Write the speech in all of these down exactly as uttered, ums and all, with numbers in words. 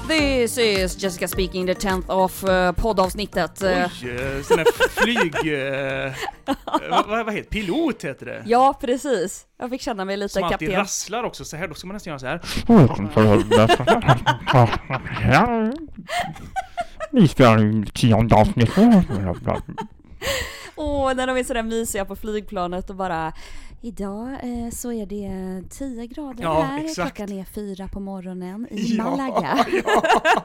This is Jessica speaking, the tenth of uh, poddavsnittet. Oj, sån här flyg... Uh, vad, vad heter pilot heter det? Ja, precis. Jag fick känna mig lite som kapten. Som alltid rasslar också, så här, då ska man nästan göra så här. Vi ska tionde avsnittet. Åh, när de är sådär mysiga på flygplanet och bara... Idag eh, så är det tio grader ja, här, exakt. klockan är fyra på morgonen i ja, Malaga. Ja.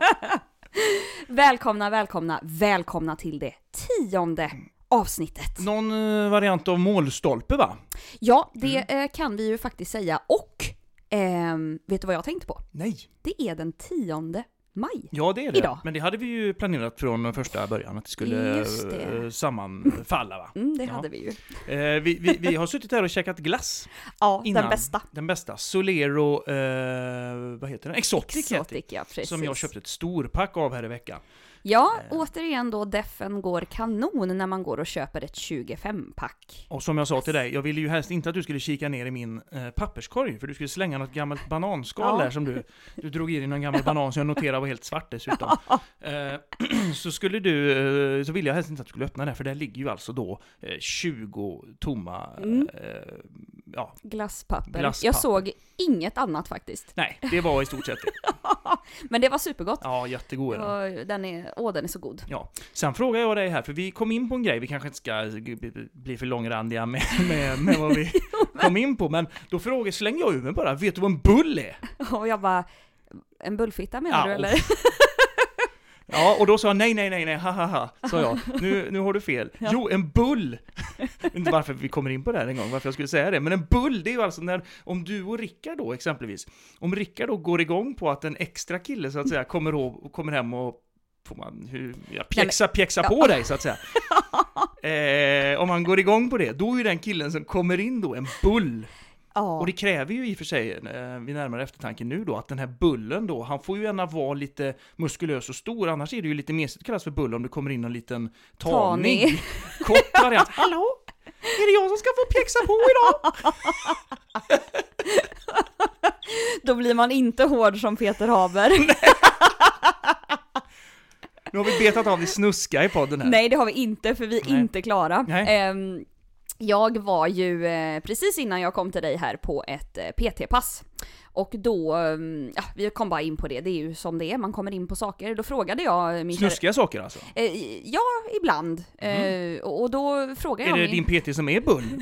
Välkomna, välkomna, välkomna till det tionde avsnittet. Någon eh, variant av målstolpe, va? Ja, det mm. eh, kan vi ju faktiskt säga. Och, eh, vet du vad jag tänkte på? Nej. Det är den tionde maj. Ja, det är det. Idag. Men det hade vi ju planerat från första början, att det skulle det. sammanfalla, va? Mm, det ja. hade vi ju. Eh, vi, vi, vi har suttit här och käkat glass. Ja, innan. den bästa. Den bästa. Solero, eh, vad heter den? Exotic, Exotic ja, precis. Som jag köpte ett storpack av här i veckan. Ja, eh. återigen då, deffen går kanon när man går och köper ett tjugofem-pack. Och som jag sa till dig, jag ville ju helst inte att du skulle kika ner i min eh, papperskorg, för du skulle slänga något gammalt bananskal ja. där som du, du drog in i någon gammal banan som jag noterade var helt svart dessutom. eh, så skulle du, eh, så ville jag helst inte att du skulle öppna det, för där ligger ju alltså då eh, tjugo tomma mm. eh, ja, glasspapper. glasspapper. Jag såg inget annat faktiskt. Nej, det var i stort sett det. Men det var supergott. Ja, jättegod. Och den är, åh, den är så god. Ja. Sen frågar jag dig här, för vi kom in på en grej, vi kanske inte ska bli för långrandiga med, med, med vad vi kom in på, men då frågar, slänger jag ur mig bara, vet du vad en bull är? Och jag bara, en bullfitta menar ja, du eller? Ja, och då sa jag nej, nej, nej, nej, hahaha, sa jag. Nu, nu har du fel. Ja. Jo, en bull. Inte varför vi kommer in på det här en gång, varför jag skulle säga det. Men en bull, det är ju alltså när, om du och Rickard då exempelvis, om Rickard då går igång på att en extra kille så att säga kommer, och, kommer hem och får man hur, ja, pjäxa, pjäxa på ja. dig så att säga. Eh, om han går igång på det, då är ju den killen som kommer in då en bull. Ja. Och det kräver ju i och för sig, eh, vid närmare eftertanke nu då, att den här bullen då, han får ju gärna vara lite muskulös och stor, annars är det ju lite mesigt kallas för bull om det kommer in en liten tanig, tanig. kort variant. Hallå? Är det jag som ska få pjäxa på idag? Då blir man inte hård som Peter Haber. Nu har vi betat av det snuska i podden här. Nej, det har vi inte, för vi är Nej. inte klara. Nej. Um, Jag var ju eh, precis innan jag kom till dig här på ett eh, P T-pass. Och då, eh, ja, vi kom bara in på det, det är ju som det är, man kommer in på saker. Då frågade jag... Min Snuskiga kär... saker alltså? Eh, ja, ibland. Mm. Eh, och då frågade jag... Är det min... din P T som är bull?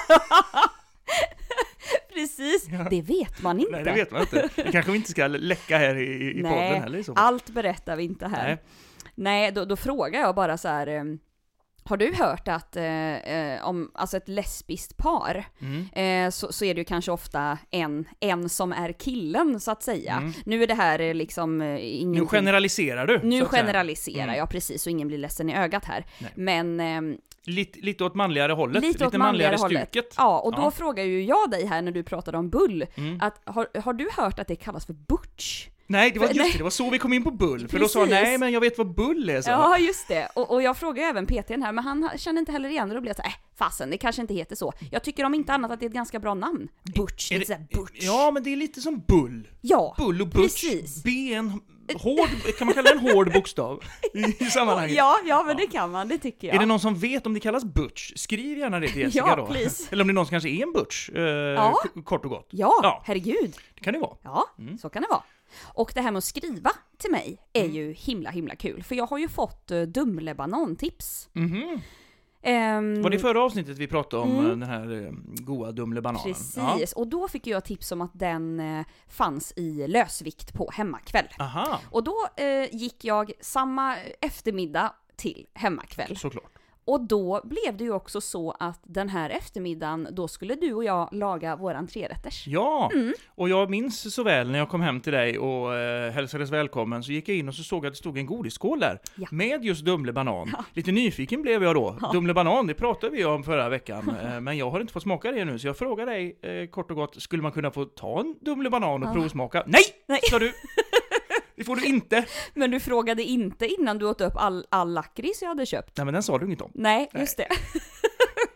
Precis, ja. Det vet man inte. Nej, det vet man inte. Det kanske vi inte ska läcka här i, i Nej, podden heller. Så. Allt berättar vi inte här. Nej, Nej då, då frågar jag bara så här... Eh, Har du hört att eh, om alltså ett lesbiskt par mm. eh, så, så är det ju kanske ofta en, en som är killen så att säga. Mm. Nu är det här liksom eh, ingenting... Nu generaliserar du. Nu generaliserar mm. jag precis, så ingen blir ledsen i ögat här. Nej. Men... Eh, lite, lite åt manligare hållet. Lite, lite åt manligare, manligare hållet. Stuket. Ja, och då ja. frågar ju jag dig här när du pratade om bull. Mm. Att, har, har du hört att det kallas för butch? Nej, det var just nej. det, det var så vi kom in på bull. För Precis. då sa jag, nej men jag vet vad bull är så. Ja, just det. Och, och jag frågar även P T:n här, men han kände inte heller igen det. Då blev jag så här, äh, fasen, det kanske inte heter så. Jag tycker om inte annat att det är ett ganska bra namn. Butch, är det är det, butch. Ja, men det är lite som bull. Ja, bull och butch. Precis. B en hård, kan man kalla det en hård bokstav i, i sammanhanget? Ja, ja, men ja. Det kan man, det tycker jag. Är det någon som vet om det kallas butch? Skriv gärna det till Jessica ja, då. Please. Eller om det är någon som kanske är en butch, eh, ja. k- kort och gott. Ja, ja, herregud. Det kan det vara. Ja, mm. så kan det vara. Och det här med att skriva till mig är mm. ju himla himla kul. För jag har ju fått uh, Dumlebanan-tips. Mhm. Um, Var det förra avsnittet vi pratade om mm. den här eh, goa Dumlebananen? Precis, ja. och då fick jag tips om att den eh, fanns i lösvikt på hemmakväll. Aha. Och då eh, gick jag samma eftermiddag till hemmakväll. Såklart. Och då blev det ju också så att den här eftermiddagen, då skulle du och jag laga våran trerätters. Ja, mm. och jag minns så väl när jag kom hem till dig och eh, hälsades välkommen, så gick jag in och så såg jag att det stod en godisskål där ja. med just Dumlebanan. Ja. Lite nyfiken blev jag då. Ja. Dumlebanan, det pratade vi om förra veckan, eh, men jag har inte fått smaka det nu, så jag frågar dig eh, kort och gott, skulle man kunna få ta en Dumlebanan och ja. provsmaka? Nej! Nej! Sa du? Det får du inte. Men du frågade inte innan du åt upp all, all lakrits jag hade köpt. Nej, men den sa du inget om. Nej, Nej. just det.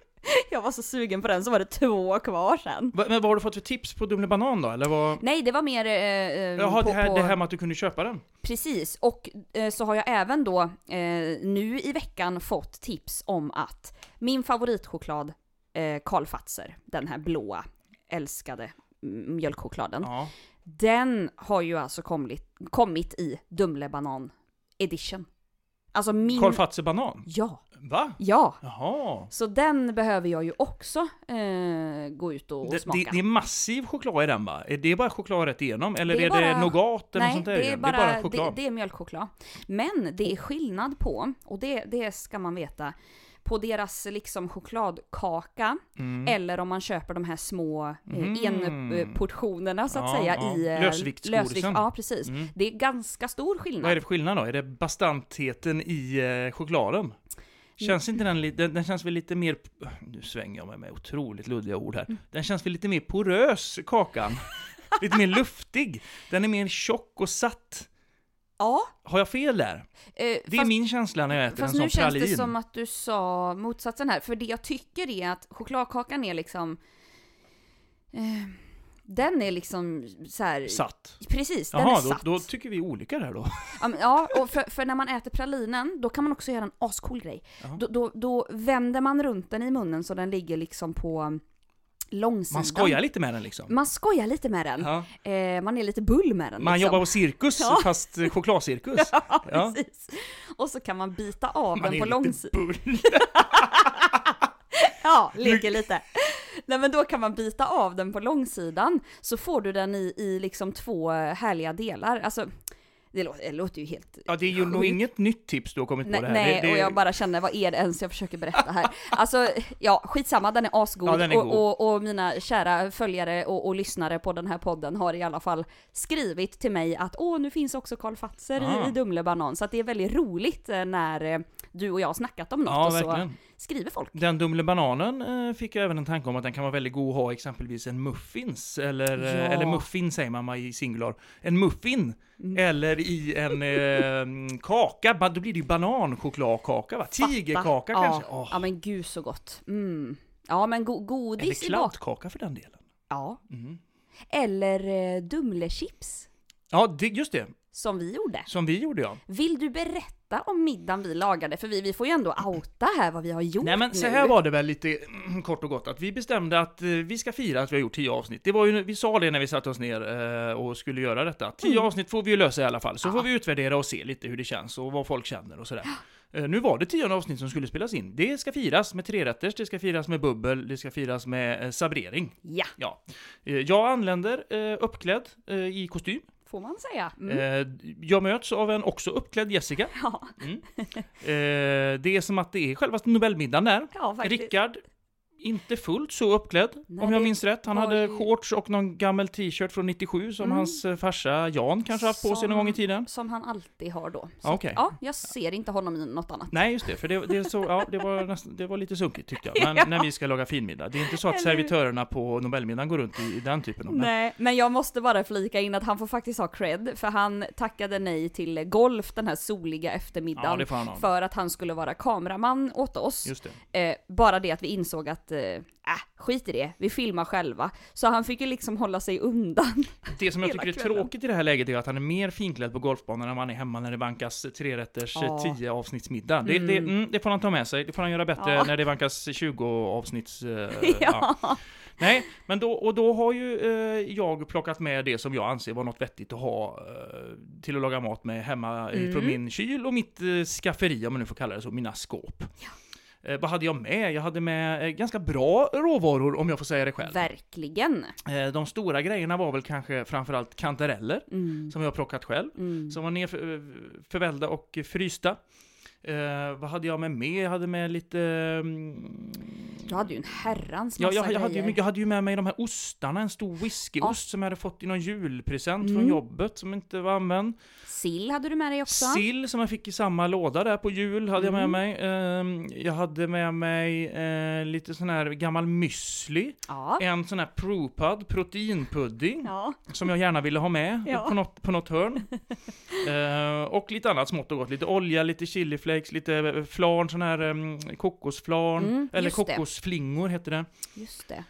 Jag var så sugen på den, så var det två kvar sen. Va, men vad har du fått för tips på Dumle Banan då? Eller vad? Nej, det var mer eh, Jaha, på, det, här, på... det här med att du kunde köpa den. Precis, och eh, så har jag även då eh, nu i veckan fått tips om att min favoritchoklad, eh, Karl Fazer, den här blåa, älskade mjölkchokladen, Ja. den har ju alltså kommit, kommit i Dumle Banan edition. Alltså min... Karl Fazer banan? Ja. Va? Ja. Jaha. Så den behöver jag ju också eh, gå ut och, och Det, smaka. det, det är massiv choklad i den, va? Är det bara choklad rätt igenom? Eller Det är är, bara- det nougat eller Nej, något sånt där? det i är, den? bara, det är bara det, choklad. det är mjölkchoklad. Men det är skillnad på, och det, det ska man veta, på deras liksom chokladkaka, Mm. eller om man köper de här små eh, Mm. enportionerna så att Ja, säga ja. i eh, Lösviktsgodisen. Ja, precis. Mm. Det är ganska stor skillnad. Vad är det för skillnad då? Är det bastantheten i eh, chokladen? Känns inte den lite, den, den känns väl lite mer, nu svänger jag mig med otroligt luddiga ord här. Den känns väl lite mer porös, kakan. Lite mer luftig. Den är mer tjock och satt. Ja. Har jag fel där? Eh, Det är fast, min känsla när jag äter en fast sån nu känns pralin. det som att du sa motsatsen här. För det jag tycker är att chokladkakan är liksom... Eh, den är liksom så här... Satt. Precis, den Jaha, är då, satt. då tycker vi olika där då. Ja, men- Ja, och för, för när man äter pralinen, då kan man också göra en ascool grej. Jaha. Då, då, då vänder man runt den i munnen så den ligger liksom på långsidan. Man skojar lite med den liksom. Man skojar lite med den. Ja. Eh, man är lite bull med den. Man liksom. jobbar på cirkus, Ja. fast eh, chokladcirkus. Ja, Ja. precis. Och så kan man bita av Man den är på lite långsidan. bull. Ja, leker lite. Nej, men då kan man bita av den på långsidan, så får du den i, i liksom två härliga delar. Alltså, det låter, det låter ju helt... Ja, det är ju nog sjukt. inget nytt tips du har kommit på Nej, det här. nej det, det... och jag bara känner, vad är det ens jag försöker berätta här? Alltså, ja, skitsamma, den är asgod. Ja, den är och, god. och, och mina kära följare och, och lyssnare på den här podden har i alla fall skrivit till mig att åh, nu finns också Karl Fazer Ah. i, i Dumle Banan. Så att det är väldigt roligt eh, när eh, du och jag har snackat om något, Ja, och så verkligen. skriver folk. Den Dumle Bananen eh, fick jag även en tanke om att den kan vara väldigt god att ha exempelvis en muffins, eller, eh, Ja. eller muffin säger man i singular. En muffin, Mm. eller i en eh, kaka, ba- då blir det ju bananchokladkaka va? Tigerkaka Fatta. kanske? Ja. Åh. Ja, men gud så gott. Mm. Ja, men go- Eller godis i bak. kladdkaka för den delen. Ja. Mm. Eller eh, Dumlechips, Ja, det, just det. som vi gjorde. Som vi gjorde, ja. Vill du berätta om middagen vi lagade? För vi, vi får ju ändå outa här vad vi har gjort Nej, men nu. så här var det väl lite mm, kort och gott, att vi bestämde att eh, vi ska fira att vi har gjort tio avsnitt. Det var ju, vi sa det när vi satte oss ner eh, och skulle göra detta. Tio Mm. avsnitt får vi ju lösa i alla fall, så Ja. får vi utvärdera och se lite hur det känns och vad folk känner och sådär. Eh, nu var det tionde avsnitt som skulle spelas in. Det ska firas med trerätters, det ska firas med bubbel, det ska firas med eh, sabrering. Ja, Ja. Eh, jag anländer eh, uppklädd eh, i kostym. får man säga. Mm. Eh, jag möts av en också uppklädd Jessica. Ja, Mm. Eh, det är som att det är självaste Nobelmiddagen där. ja, faktiskt. Rickard, inte fullt så uppklädd, Nej, om jag det minns rätt. Han var hade ju- shorts och någon gammal t-shirt från nittiosju som Mm. hans eh, farsa Jan kanske haft på sig Som- någon gång i tiden. Som han alltid har då. Så Ja, att, okej. ja, jag ser inte honom i något annat. Nej, just det, för det, det, är så, ja, det, var, nästan, det var lite sunkigt tyckte jag, men, Ja. när vi ska laga finmiddag. Det är inte så att Eller hur? servitörerna på Nobelmiddagen går runt i, i den typen av... Nej, men jag måste bara flika in att han får faktiskt ha cred, för han tackade nej till golf den här soliga eftermiddagen. Ja, det får han ha. För att han skulle vara kameraman åt oss. Just det. Eh, bara det att vi insåg att, eh, äh, skit i det, vi filmar själva. Så han fick ju liksom hålla sig undan. Det som jag Hela tycker är kvällen. tråkigt i det här läget är att han är mer finklädd på golfbanan än man är hemma när det vankas trerätters Ja. ja. tio avsnittsmiddag. Det, Mm. det, mm, det får han ta med sig, det får han göra bättre Ja. när det vankas tjugo avsnitts... Eh, Ja. ja. Nej, men då, och då har ju eh, jag plockat med det som jag anser var något vettigt att ha eh, till att laga mat med hemma Mm. från min kyl och mitt eh, skafferi, om man nu får kalla det så, mina skåp. Eh, vad hade jag med? Jag hade med eh, ganska bra råvaror, om jag får säga det själv. Verkligen. Eh, de stora grejerna var väl kanske framförallt kantareller, Mm. som jag har plockat själv. Mm. Som var ner förvällda och frysta. Eh, vad hade jag med mer? Jag hade med lite... mm, Du hade ju en herrans Ja, massa jag, jag, hade ju, grejer. mycket- jag hade ju med mig de här ostarna, en stor whiskyost som jag hade fått i någon julpresent från Mm. jobbet som inte var använd. Sill hade du med dig också. Sill som jag fick i samma låda där på jul hade jag med Mm. mig. Ehm, jag hade med mig eh, lite sån här gammal müsli. Ja. En sån här propad proteinpudding Ja. som jag gärna ville ha med Ja. på, något, på något hörn. Eh, och lite annat smått och gott. Lite olja, lite chiliflakes, cornflakes, lite flarn, sån här um, kokosflarn, Mm, eller just det. kokosflingor heter det. Just det.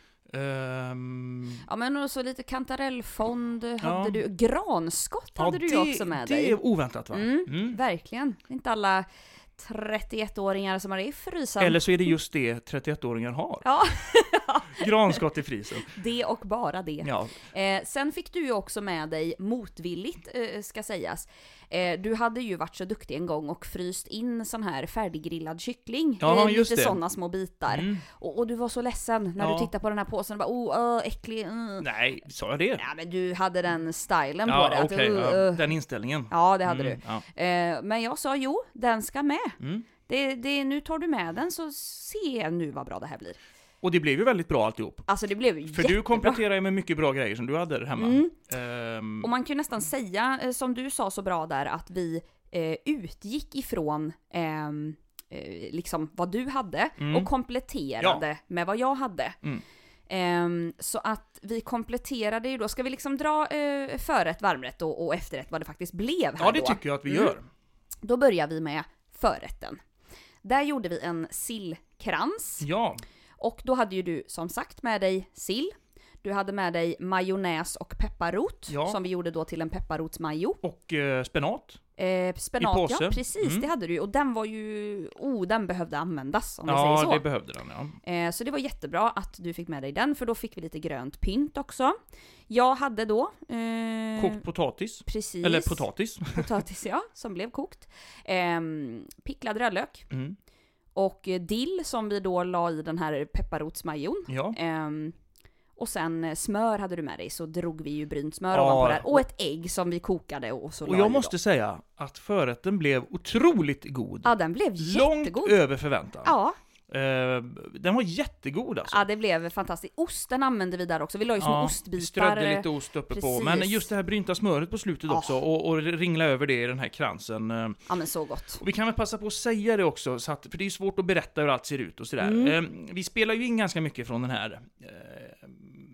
Um, Ja, men också lite kantarellfond hade Ja. du. Granskott hade ja, du det, ju också med det dig. är oväntat va? Mm, Mm. verkligen. Det är inte alla trettioett-åringar som har det i frysen. Eller så är det just det trettioett-åringar har. Ja, Granskott i frysen. det och bara det. Ja. Eh, sen fick du ju också med dig motvilligt, eh, ska sägas. Eh, du hade ju varit så duktig en gång och fryst in sån här färdiggrillad kyckling. Ja, eh, just lite det. sådana små bitar. Mm. Och, och du var så ledsen när Ja. du tittade på den här påsen och bara oh, uh, äcklig. Uh. Nej, sa jag det? Ja, men du hade den stylen på Ja, det. att, okej. uh, ja. uh. Den inställningen. Ja, det hade Mm, du. ja. Eh, men jag sa jo, den ska med. Mm. Det, det, nu tar du med den så se nu vad bra det här blir. Och det blev ju väldigt bra alltihop. Alltså det blev För jättebra. du kompletterar ju med mycket bra grejer som du hade där hemma. Mm. Ehm, Och man kan ju nästan säga, eh, som du sa så bra där, att vi eh, utgick ifrån ehm, eh, liksom vad du hade Mm. och kompletterade Ja. med vad jag hade. Mm. Ehm, så att vi kompletterade ju då, ska vi liksom dra eh, förrätt, varmrätt och, och efterrätt vad det faktiskt blev här ja, det då? tycker jag att vi Mm. gör. Då börjar vi med förrätten. Där gjorde vi en sillkrans. Ja, Och då hade ju du som sagt med dig sill. Du hade med dig majonnäs och pepparrot. Ja. Som vi gjorde då till en pepparrotsmajo. och eh, spenat. Eh, spenat, I påse. ja precis, Mm. det hade du ju. Och den var ju, oh den behövde användas om vi Ja, säger så. det behövde den, ja. Eh, så det var jättebra att du fick med dig den, för då fick vi lite grönt pynt också. Jag hade då... Eh, Kokt potatis. precis. Eller potatis. Potatis, ja, som blev kokt. Eh, picklad rödlök. Mm. Och eh, dill som vi då la i den här pepparrotsmajon. Ja. Ehm, och sen eh, smör hade du med dig, så drog vi ju brynt smör Ja. ovanpå där. Och ett ägg som vi kokade och så Och la jag i måste då. säga att förrätten blev otroligt god. Ja, den blev Långt jättegod. över förväntan. Ja, Eh, den var jättegod alltså. ja, det blev fantastiskt. Osten använde vi där också. Vi la ju små Ja, ostbitar. vi strödde lite ost uppe precis. på. Men just det här brynta smöret på slutet Ja. också. Och, och ringla över det i den här kransen. eh. Ja, men så gott. Och vi kan väl passa på att säga det också, så att, för det är ju svårt att berätta hur allt ser ut och sådär. Mm. Eh, vi spelar ju in ganska mycket från den här eh,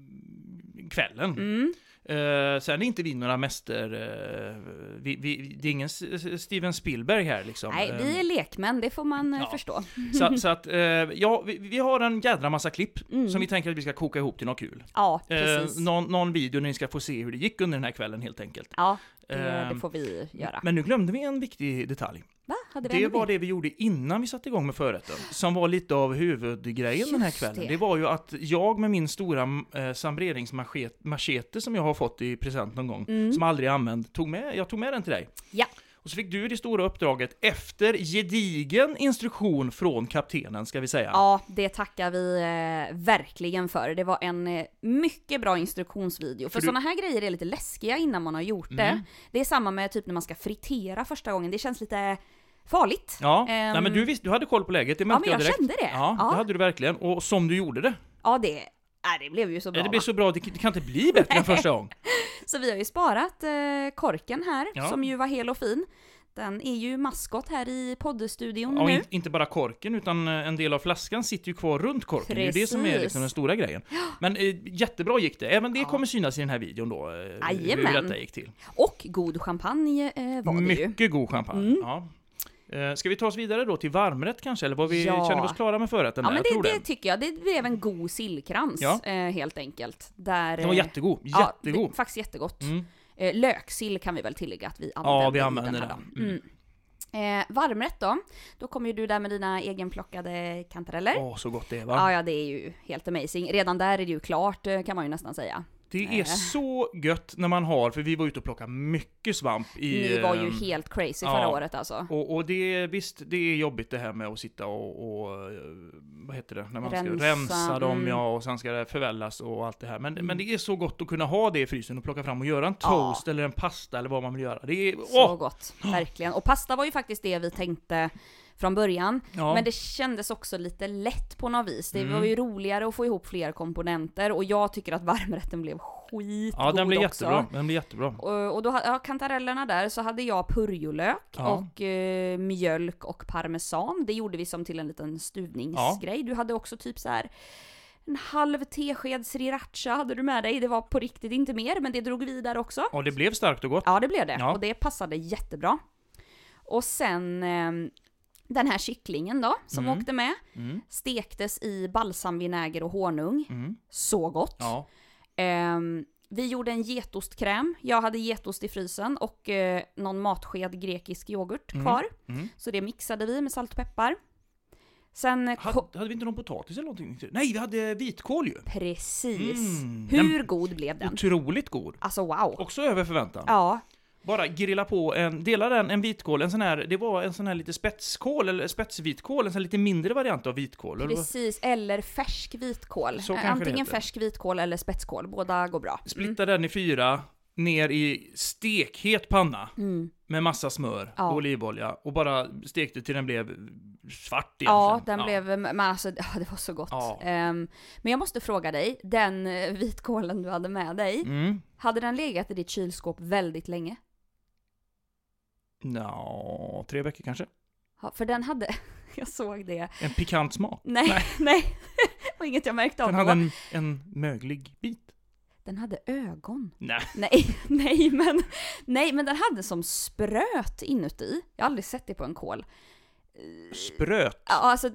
kvällen. Mm. Eh, sen är inte vi några mäster... Eh, vi, vi, det är ingen S- Steven Spielberg här liksom. Nej, Eh, vi är lekmän, det får man eh, ja. förstå. så, så att, eh, ja, vi, vi har en jädra massa klipp Mm. som vi tänker att vi ska koka ihop till något kul. Ja, Eh, precis. någon, någon video när ni ska få se hur det gick under den här kvällen helt enkelt. Ja, det, Eh, det får vi göra. Men nu glömde vi en viktig detalj. Va? Hade vi Det ändå var det vi gjorde innan vi satte igång med förrätten, som var lite av huvudgrejen den här Just kvällen. det. Det. var ju att jag med min stora eh, sambreringsmachete som jag har fått i present någon gång, Mm. som aldrig använt, tog med, jag tog med den till dig. Ja. Och så fick du det stora uppdraget efter gedigen instruktion från kaptenen, ska vi säga. Ja, det tackar vi eh, verkligen för. Det var en eh, mycket bra instruktionsvideo. För, För du- sådana här grejer är lite läskiga innan man har gjort det. Mm. Det är samma med typ när man ska fritera första gången. Det känns lite farligt. Ja, Ehm, nej, men du, visste, du hade koll på läget, det Ja, märkte men jag direkt. kände det. Ja, Ja. det hade du verkligen. Och som du gjorde det. Ja, det, äh, det blev ju så bra. Det blev va? så bra, det, det kan inte bli bättre än första gången. Så vi har ju sparat eh, korken här, Ja. som ju var hel och fin. Den är ju maskot här i poddstudion Ja, och nu. in, inte bara korken, utan eh, en del av flaskan sitter ju kvar runt korken. Det är ju det som är Precis. liksom den stora grejen. Men eh, jättebra gick det. Även det Ja. kommer synas i den här videon då. Eh, hur Jajamän. detta gick till. Och god champagne eh, var det ju. Mycket god champagne. Mm. Ja. Eh, ska vi ta oss vidare då till varmrätt kanske? Eller var vi, Ja. känner vi oss klara med förrätten Ja, där? men Jag tror det, det. det tycker jag. Det blev en god sillkrans, Ja. eh, helt enkelt. Där, Den var eh, jättegod. ja, Jättegod. det, faktiskt jättegott. Mm. Eh, löksill kan vi väl tillägga att vi använder Ja, vi i använder den här den. dagen. Mm. Eh, varmrätt då, då kommer ju du där med dina egenplockade kantareller. Åh, så gott det är va? Ja, ja, det är ju helt amazing. Redan där är det ju klart, eh, kan man ju nästan säga. Det Eh. är så gött när man har, för vi var ute och plockade mycket svamp i... Ni var ju ehm, helt crazy ja. förra året alltså. Och, och det är, visst, det är jobbigt det här med att sitta och, och eh, vad heter det, när man Rensa, ska rensa dem, mm. ja, och sen ska det förvällas och allt det här. Men, Mm. men det är så gott att kunna ha det i frysen och plocka fram och göra en Ja. toast eller en pasta eller vad man vill göra. Det är, Så åh! gott, verkligen. Och pasta var ju faktiskt det vi tänkte från början. Ja. Men det kändes också lite lätt på något vis. Det Mm. var ju roligare att få ihop fler komponenter. Och jag tycker att varmrätten blev skitgod Ja, den blir också. jättebra. Den blir jättebra. Och, och då hade ja, kantarellerna där, så hade jag purjolök Ja. och eh, mjölk och parmesan. Det gjorde vi som till en liten stuvningsgrej. Du hade också typ så här en halv tesked sriracha hade du med dig. Det var på riktigt inte mer, men det drog vi där också. Och det blev starkt och gott. Ja, det blev det. Ja. Och det passade jättebra. Och sen eh, den här kycklingen då, som Mm. åkte med, Mm. stektes i balsamvinäger och honung. Mm. Så gott. Ja. Ehm, vi gjorde en getostkräm. Jag hade getost i frysen och eh, någon matsked grekisk yoghurt Mm. kvar. Mm. Så det mixade vi med salt och peppar. Sen... eh, Hade, ko- hade vi inte någon potatis eller någonting? Nej, vi hade vitkål ju. Precis. Mm. Hur Den- god blev den? Otroligt god. Alltså wow. Också över förväntan. Ja, Bara grilla på en, dela den, en vitkål, en sån här, det var en sån här lite spetskål, eller spetsvitkål, en sån här lite mindre variant av vitkål. Eller vad- precis. Eller färsk vitkål. Så Eh, kanske det Antingen heter. färsk vitkål eller spetskål. Båda går bra. Splitta den i fyra, ner i stekhet panna Mm. med massa smör Ja. och olivolja och bara stekte till den blev svart Ja, egentligen. den blev, men alltså, ja, det var så gott. Ja. Ehm, men jag måste fråga dig, den eh, vitkålen du hade med dig, Mm. hade den legat i ditt kylskåp väldigt länge? Nå, tre veckor kanske. Ja, för den hade, jag såg det. En pikant smak. Nej, nej, nej. Det var inget jag märkte av Den då. hade en, en möglig bit. Den hade ögon. Nej. Nej, nej men, nej, men den hade som spröt inuti. Jag har aldrig sett det på en kål. Spröt. Ja, alltså,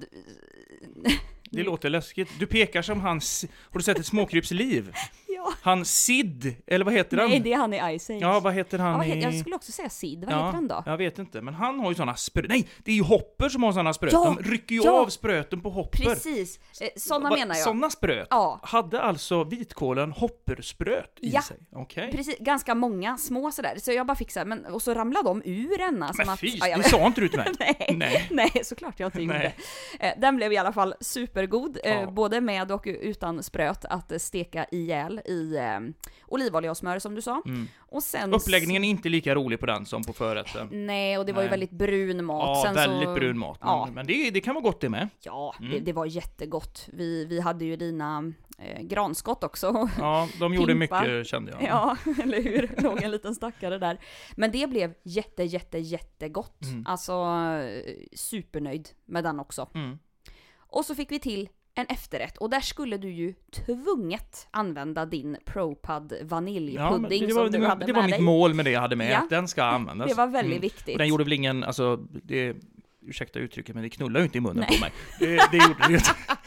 Det låter läskigt. Du pekar som hans... Har du sett ett småkrypsliv? ja. Han Sid, eller vad heter han? Nej, det är han i Ice Age. Ja, vad heter han Ja, vad i... heter, jag skulle också säga Sid. Vad Ja, heter han då? Jag vet inte, men han har ju såna spröt... Nej, det är ju Hopper som har såna spröt. Ja, De rycker ju ja. av spröten på Hopper. Precis, eh, sådana Va- menar jag. Såna spröt? Ja. Hade alltså vitkålen Hopperspröt i Ja. sig? Okej. Precis, ganska många små sådär. Så jag bara fick så här, men och så ramlade de ur ena. som Men att, fy, ja, jag det vet- sa inte du till mig. nej, Nej. nej, såklart jag inte gjorde. Nej. Eh, Den blev i alla fall supergod, eh, Ja. både med och utan spröt, att eh, steka ihjäl i eh, olivolja och smör som du sa. Mm. Och sen... Uppläggningen är inte lika rolig på den som på förrätten. Nej, och det var ju Nej. väldigt brun mat. Ja, sen väldigt så... brun mat. Men, Ja. men det, det kan vara gott det med. Ja, det, Mm. det var jättegott. Vi, vi hade ju dina eh, granskott också. Ja, de gjorde Pimpa. mycket kände jag. Ja, eller hur? Låg en liten stackare där. Men det blev jätte, jätte, jättegott. Mm. Alltså, eh, supernöjd med den också. Mm. Och så fick vi till en efterrätt. Och där skulle du ju tvunget använda din ProPud Ja, vaniljpudding men det, som var, du det, var, hade det med var mitt dig. mål med det jag hade med, Ja. att den ska användas. Det var väldigt Mm. viktigt. Och den gjorde väl ingen, alltså, det, ursäkta uttrycket, men det knullar ju inte i munnen Nej. på mig. Det, det gjorde det ju inte.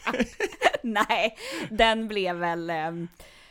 Nej, den blev väl... ehm,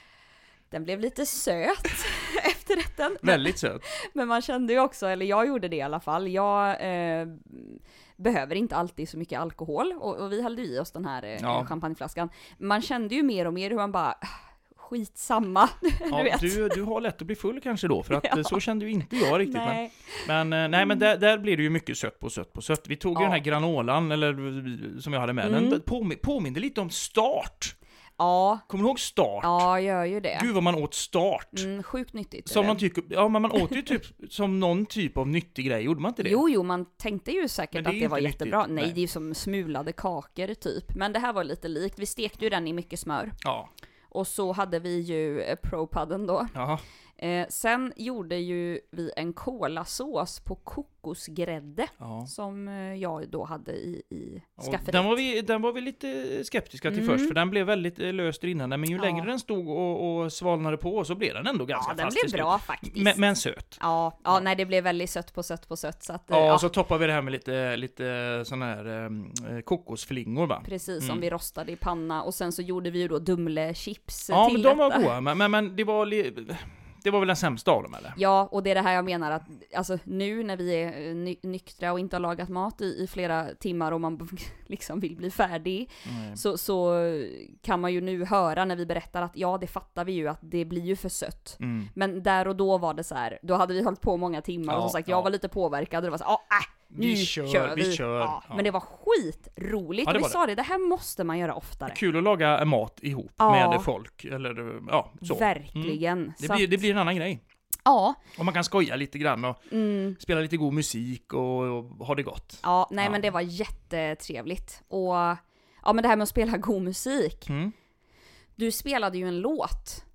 den blev lite söt efterrätten. Men, Väldigt söt. men man kände ju också, eller jag gjorde det i alla fall, jag eh, behöver inte alltid så mycket alkohol. Och, och vi hällde i oss den här eh, Ja. champagneflaskan. Man kände ju mer och mer hur man bara, "Ah, skitsamma. Ja, du vet. du, du har lätt att bli full kanske då, för att Ja. eh, så kände ju inte jag riktigt. Men, Nej. men, eh, nej, men där, där blir det ju mycket sött på sött på sött. Vi tog ju Ja. den här granolan, eller som jag hade med, Mm. den påmin- påminner lite om Start. Ja, Kommer du ihåg Start? ja, gör ju det. Gud vad man åt Start. Mm, sjukt nyttigt. Som är någon det. typ, ja men man åt ju typ som någon typ av nyttig grej, gjorde man inte det? Jo, jo, man tänkte ju Men säkert det är att det var inte jättebra. nyttigt, Nej, nej. det är ju som smulade kakor typ. Men det här var lite likt. Vi stekte ju den i mycket smör. Ja. Och så hade vi ju eh, ProPudden då. Jaha. Eh, sen gjorde ju vi en kolasås på kokosgrädde. Ja. Som eh, jag då hade i, i Och skafferiet. den, var vi, den var vi lite skeptiska till Mm. först, för den blev väldigt eh, löst rinnande, men ju Ja. längre den stod och, och svalnade på så blev den ändå ganska Ja, den fast blev till slut. bra faktiskt. Men, men söt. Ja, ja, nej det blev väldigt sött på sött på sött. Så att, eh, Ja, ja, och så toppar vi det här med lite, lite såna här eh, kokosflingor va? precis, som Mm. vi rostade i panna. Och sen så gjorde vi ju då Dumle-chips Ja, till men de detta. var goda, men, men, men det var li, det var väl den sämsta av dem eller? Ja, och det är det här jag menar att alltså, nu när vi är eh, ny- nyktra och inte har lagat mat i, i flera timmar och man liksom vill bli färdig, Mm. så, så kan man ju nu höra när vi berättar att ja, det fattar vi ju att det blir ju för sött. Mm. Men där och då var det så här, då hade vi hållit på många timmar Ja, och som sagt, ja. jag var lite påverkad och det var så här, ja, äh, nu Vi kör, kör, vi. vi kör. Ja, Ja. Men det var skitroligt Ja, det och vi var sa det, det här måste man göra oftare. Kul att laga mat ihop Ja. med folk, eller ja, så. Verkligen. Det Så blir, att- det blir en annan grej. Ja, Och man kan skoja lite grann och mm, spela lite god musik och, och ha det gott. ja, nej Ja. men det var jättetrevligt. Och ja, men det här med att spela god musik. Mm. Du spelade ju en låt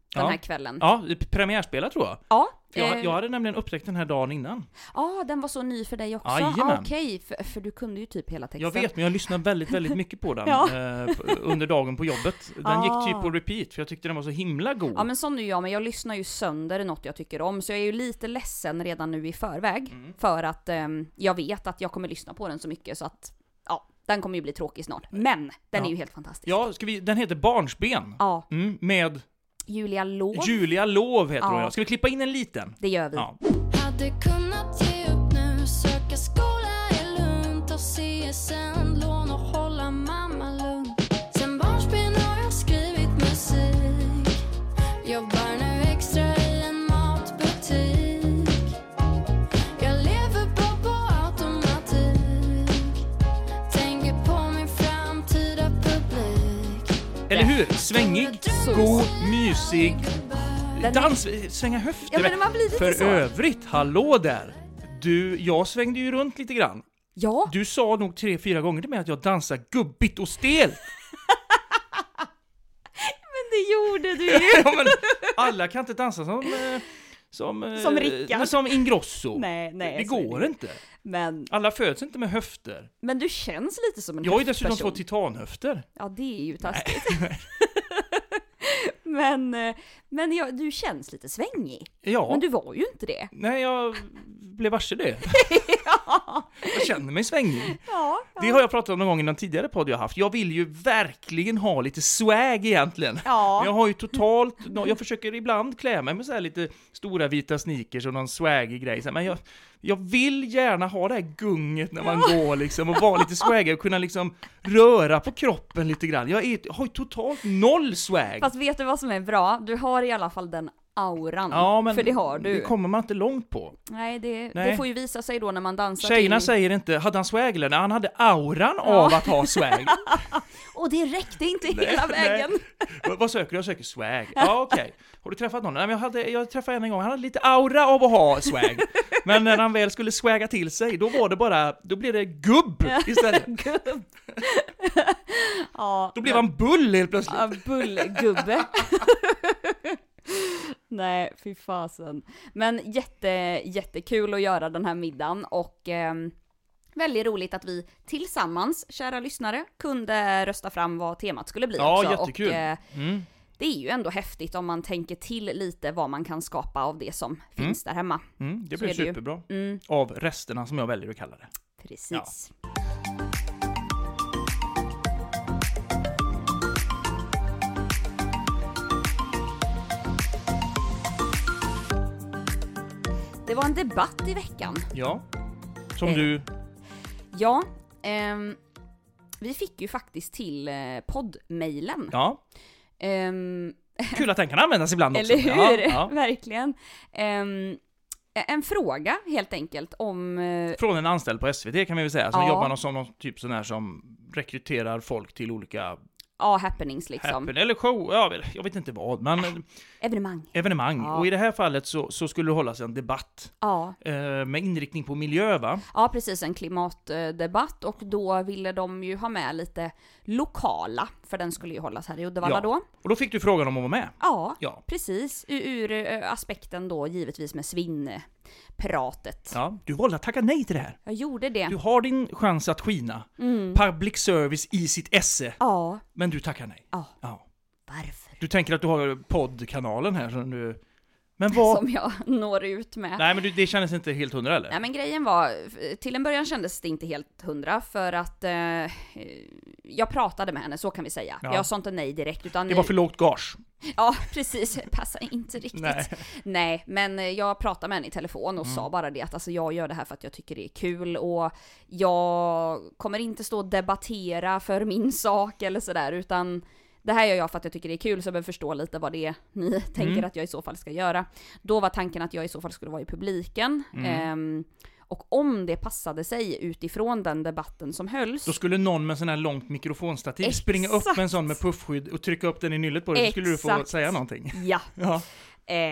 den Ja. här kvällen. Ja, premiärspelad tror jag. Ja. Jag, eh, jag hade nämligen upptäckt den här dagen innan. Ja, den var så ny för dig också. Jajamän. Ah, Okej, för, för du kunde ju typ hela texten. Jag vet, men jag lyssnade väldigt, väldigt mycket på den Ja. eh, på- under dagen på jobbet. Den Ah. gick typ på repeat, för jag tyckte den var så himla god. Ja, men sån är jag, men jag lyssnar ju sönder något jag tycker om, så jag är ju lite ledsen redan nu i förväg, Mm. för att ehm, jag vet att jag kommer lyssna på den så mycket så att, ja, den kommer ju bli tråkig snart. Men den Ja. är ju helt fantastisk. Ja, ska vi, den heter Barnsben. Ja, Mm, med Julia Lov, Julia Lov heter Ja. hon. Ja. Ska vi klippa in en liten? det gör vi. Ja. Hade kunnat ge upp nu, söka skola är lugnt och C S N-lån och hålla mamma lugn. Sen barnsben har jag skrivit musik, jobbar nu extra i en matbutik. Jag lever bara på automatik, tänker på min framtida publik. Eller hur? Svängig, Så. god, mysig. Den- Dans, svänga höfter. Ja, men man blir lite För så. övrigt, hallå där. Du, jag svängde ju runt lite grann. Ja, Du sa nog tre, fyra gånger till mig att jag dansar gubbigt och stelt. men det gjorde du ju. Ja, men alla kan inte dansa som... eh, Som, eh, Som Rickard. Som Ingrosso. Nej, nej. det så är går det. inte. Men, Alla föds inte med höfter. men du känns lite som en Jag har ju dessutom höftperson. två titanhöfter. Ja, det är ju taskigt. men eh, men ja, du känns lite svängig. Ja. Men du var ju inte det. Nej, jag blev varse det. ja. Jag känner mig svängig. Ja, Det har jag pratat om någon gång i någon tidigare podd jag haft. Jag vill ju verkligen ha lite swag egentligen. Men ja. jag har ju totalt, jag försöker ibland klä mig med så här lite stora vita sneakers och någon swagig grej. Men jag, jag vill gärna ha det här gunget när man går liksom och vara lite swagig och kunna liksom röra på kroppen lite grann. Jag är, har ju totalt noll swag. Fast vet du vad som är bra? Du har i alla fall den auran. Ja, men för det har du. det kommer man inte långt på. Nej, det, Nej. det får ju visa sig då när man dansar Tjejerna till... säger inte, hade han swag eller? Nej, han hade auran av att ha swag. Och det räckte inte Nej, hela nej. vägen. Vad- Vad söker du? Jag söker swag. Ja, okej. Har du träffat någon? Nej, men jag, hade, jag träffade en en gång, han hade lite aura av att ha swag. Men när han väl skulle swagga till sig, då var det bara, då blev det gubb istället. Gubb. ja, Då blev han bull helt plötsligt. Ja, bullgubbe. Nej, fy fasen. Men jätte, jättekul att göra den här middagen och ehm, väldigt roligt att vi tillsammans, kära lyssnare, kunde rösta fram vad temat skulle bli Ja, också. jättekul. Och eh, Mm. det är ju ändå häftigt om man tänker till lite vad man kan skapa av det som finns där hemma. Mm, det Så blev är det ju. superbra. Mm, Av resterna som jag väljer att kalla det. precis. Det var en debatt i veckan. Ja. Som Eh. du... Ja, ehm, vi fick ju faktiskt till eh, poddmailen. Ja. Ehm, Kul att den kan användas ibland också. eller hur? Ja, ja. Verkligen. Ehm, en fråga helt enkelt om... eh, Från en anställd på S V T kan vi väl säga, som Ja. jobbar någon, som någon typ sån här som rekryterar folk till olika Ja, happenings liksom. happen, eller show, ja, jag vet inte vad, men Evenemang. evenemang. Ja. Och i det här fallet så, så skulle det hållas en debatt Ja. eh, med inriktning på miljö, va? Ja, precis, en klimatdebatt, och då ville de ju ha med lite lokala, för den skulle ju hållas här i Uddevalla Ja. då. Och då fick du frågan om att vara med. Ja, Ja. precis. Ur, ur eh, aspekten då givetvis med svinnpratet. Ja, du valde att tacka nej till det här. Jag gjorde det. Du har din chans att skina. Mm. Public service i sitt esse. Ja, Men du tackar nej. ja. Ja. Varför? Du tänker att du har poddkanalen här som du... Men vad... Som jag når ut med. Nej, men du, det kändes inte helt hundra, eller? Nej, men grejen var, till en början kändes det inte helt hundra, för att eh, jag pratade med henne, så kan vi säga. Ja. Jag sa inte nej direkt, utan... Det var för lågt gage. Ja, precis. Passar inte riktigt. Nej. Nej, men jag pratade med henne i telefon och Mm. sa bara det att alltså, jag gör det här för att jag tycker det är kul, och jag kommer inte stå och debattera för min sak eller sådär, utan det här gör jag för att jag tycker det är kul, så jag behöver förstå lite vad det är ni tänker Mm. att jag i så fall ska göra. Då var tanken att jag i så fall skulle vara i publiken. Mm. Ehm, och om det passade sig utifrån den debatten som hölls... Då skulle någon med sån här långt mikrofonstativ Exakt. springa upp med en sån med puffskydd och trycka upp den i nyllet på dig, så skulle du få Exakt. säga någonting. Ja. Ja. Eh,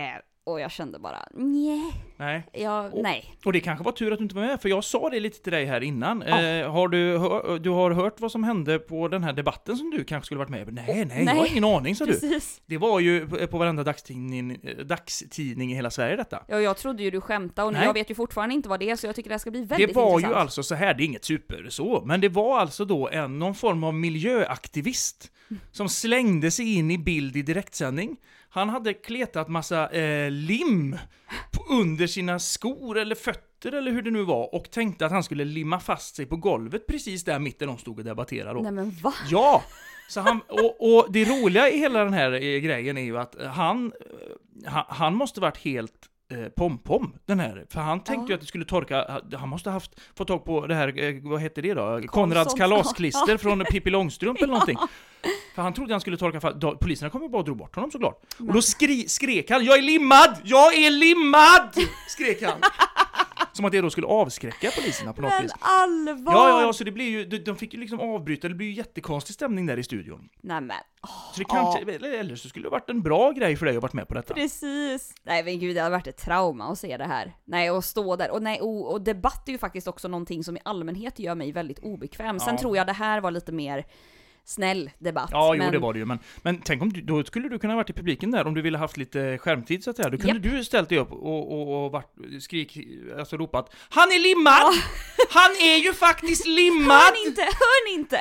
Och jag kände bara, nej. Nej. Jag, och, nej. Och det kanske var tur att du inte var med, för jag sa det lite till dig här innan. Ja. Eh, har du, hör, du har hört vad som hände på den här debatten som du kanske skulle varit med i? Nej, nej, nej. jag har ingen aning, sa du. Precis. Det var ju på, på varenda dagstidning, dagstidning i hela Sverige detta. Ja, jag trodde ju du skämtade och Nej. jag vet ju fortfarande inte vad det är, så jag tycker det här ska bli väldigt Det var intressant. ju alltså så här, det är inget super så, men det var alltså då en, någon form av miljöaktivist som slängde sig in i bild i direktsändning. Han hade kletat massa eh, lim på, under sina skor eller fötter eller hur det nu var, och tänkte att han skulle limma fast sig på golvet precis där mitten de stod och debatterade då. Nej men va? Ja! Så han, och, och det roliga i hela den här eh, grejen är ju att han, eh, han, han måste varit helt eh, pom-pom, den här. För han tänkte Ja. ju att det skulle torka, han måste ha haft, fått tag på det här, eh, vad heter det då? Konrads Karlsson. kalasklister från Pippi Långstrump eller någonting. För han trodde han skulle torka, för då, poliserna kommer ju bara dra bort honom såklart. Och då skri, skrek han, jag är limmad! Jag är limmad! Skrek han. Som att det då skulle avskräcka poliserna på något Men vis. allvar! Ja, ja, ja, så det blir ju, de, de fick ju liksom avbryta, det blir ju jättekonstig stämning där i studion. Nej men, åh, Så det kanske, eller, eller så skulle det varit en bra grej för dig att varit med på detta. precis. Nej men gud, det hade varit ett trauma att se det här. Nej, och stå där. Och, nej, och, och debatt är ju faktiskt också någonting som i allmänhet gör mig väldigt obekväm. Sen Ja. tror jag det här var lite mer snäll debatt. Ja, men... jo, det var det ju. Men, men tänk om du, då skulle du kunna ha varit i publiken där om du ville haft lite skärmtid så att säga. Då kunde Japp. du ställt dig upp och, och, och varit, skrik, alltså ropat, han är limmad! Han är ju faktiskt limmad! Hör ni inte? Hör ni inte?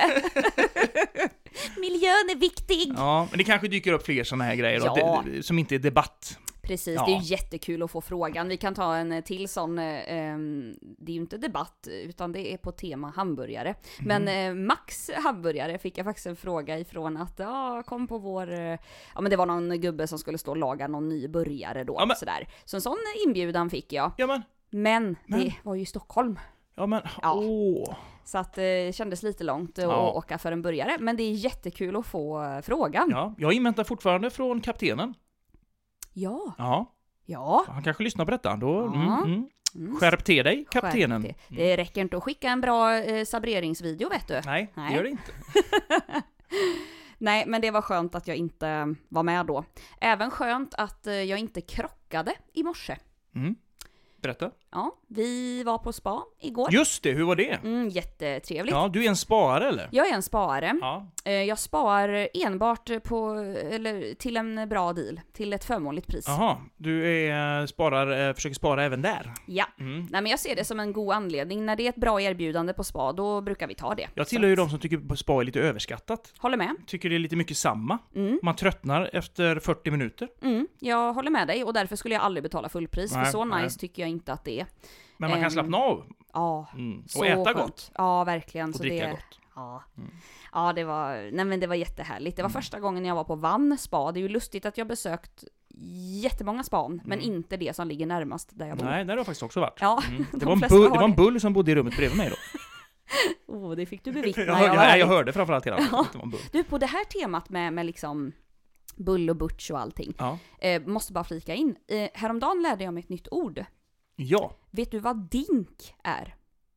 Miljön är viktig! Ja, men det kanske dyker upp fler sådana här grejer då, Ja. det, som inte är debatt. Precis, Ja. det är ju jättekul att få frågan. Vi kan ta en till sån, eh, det är ju inte debatt utan det är på tema hamburgare. Mm. Men eh, Max hamburgare fick jag faktiskt en fråga ifrån att ja, kom på vår, eh, ja men det var någon gubbe som skulle stå och laga någon ny burgare då. Ja, men- sådär. Så en sån inbjudan fick jag. Ja, men, Men, Men- det var ju i Stockholm. ja, men, Ja. åh. Så att det eh, kändes lite långt att Ja. åka för en burgare. Men det är jättekul att få eh, frågan. Ja, jag inväntar fortfarande från kaptenen. Ja. Ja, Ja. han kanske lyssnar på detta. Då, Ja. mm, mm. Mm. Skärp till dig, kaptenen. Skärp det. Det räcker inte att skicka en bra eh, sabreringsvideo, vet du. Nej, Nej. det gör det inte. Nej, men det var skönt att jag inte var med då. Även skönt att eh, jag inte krockade i morse. Mm. Berätta. Ja, vi var på spa igår. Just det, hur var det? Mm, jättetrevligt. Ja, du är en sparare eller? Jag är en sparare. Ja. Eh, Jag spar enbart på, eller till en bra deal, till ett förmånligt pris. Jaha, du är, sparar, försöker spara även där. Ja, Mm. nej men jag ser det som en god anledning. När det är ett bra erbjudande på spa, då brukar vi ta det. Jag tillhör ju Så de som tycker att spa är lite överskattat. håller med. Tycker det är lite mycket samma. Mm, Man tröttnar efter fyrtio minuter. mm, jag håller med dig och därför skulle jag aldrig betala fullpris. Nej, för så nej. nice tycker jag inte att det är. Men man kan Ehm, slappna av. Ja, Mm. så Och äta skönt. gott. Ja, verkligen. Och så dricka det... gott. Ja. Mm. ja, det var, nej men det var jättehärligt. Det var Mm. första gången jag var på Vann spa. Det är ju lustigt att jag besökt jättemånga span, men Mm. inte det som ligger närmast där jag bor. Nej, där har jag faktiskt också varit. Ja, Mm. Det, de var en flesta bull, har det var en det. bull som bodde i rummet bredvid mig då. Oh, det fick du bevittna. Jag, ja, hör, vad jag, jag härligt. hörde framförallt hela tiden att det var en bull. Du, på det här temat med, med liksom bull och butch och allting, Ja. eh, måste bara flika in. Eh, häromdagen lärde jag mig ett nytt ord. ja. Vet du vad dink är?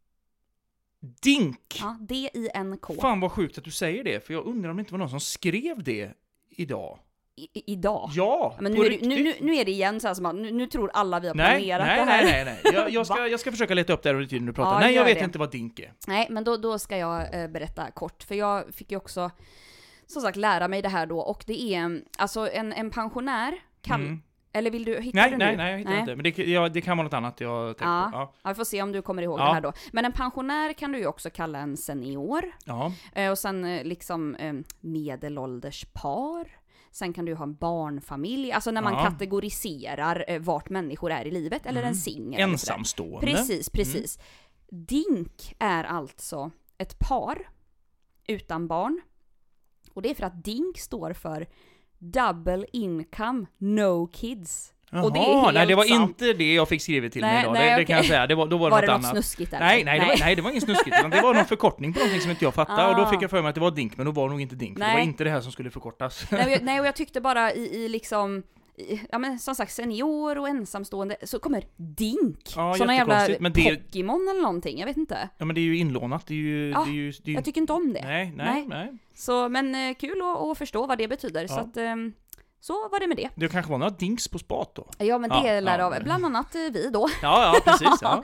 Dink! Ja, D I N K. Fan vad sjukt att du säger det, för jag undrar om det inte var någon som skrev det idag. I, i, idag. Ja, Men på nu är, det, nu, riktigt. nu, nu är det igen så här som att nu, nu tror alla vi har Nej, planerat nej, det här. nej, nej, nej. Jag, jag, ska, Va? jag ska försöka leta upp det här under tiden du pratar. Ja, nej, jag gör vet det. inte vad dink är. Nej, men då, då ska jag eh, berätta kort. För jag fick ju också, som sagt, lära mig det här då. Och det är, alltså en, en pensionär kan... Mm. Eller vill du, hittar Nej, du nej, nu? nej, jag hittar inte. Men det, ja, det kan vara något annat jag tänkt Ja. på. Ja. Ja, vi får se om du kommer ihåg Ja. det här då. Men en pensionär kan du ju också kalla en senior. Ja. Eh, och sen eh, liksom eh, medelålders par. Sen kan du ju ha en barnfamilj. Alltså när man Ja. kategoriserar eh, vart människor är i livet. Eller Mm. en singel. eller sådär. Ensamstående. Precis, precis. Dink är alltså ett par utan barn. Och det är för att DINK står för Double Income No Kids. Jaha, Och det är helt nej, det var sant. inte det jag fick skrivet till Nej, mig idag. nej, det, det okej. kan jag säga. Det var, då var det Var något det något annat. snuskigt eller? Nej, nej, det var, nej, det var inget snuskigt. Utan det var någon förkortning på någonting som inte jag fattade. Och då Ah. fick jag för mig att det var DINK, men då var det nog inte DINK. För det var Nej. inte det här som skulle förkortas. Nej, och jag, nej, och jag tyckte bara i, i liksom, i, ja men som sagt senior och ensamstående, så kommer DINK. Ja, Såna jävla jättekonstigt, men det- Pokémon eller någonting, jag vet inte. Ja, men det är ju inlånat. Det är ju... Ja, det är ju, det är ju Jag tycker inte om det. nej, nej, Nej. nej. Så, men eh, kul att, att förstå vad det betyder. Så Ja. att, ehm, så var det med det. Det kanske var några dinks på spat då? Ja, men det Ja, lär ja. av bland annat eh, vi då. Ja, ja, precis. Ja.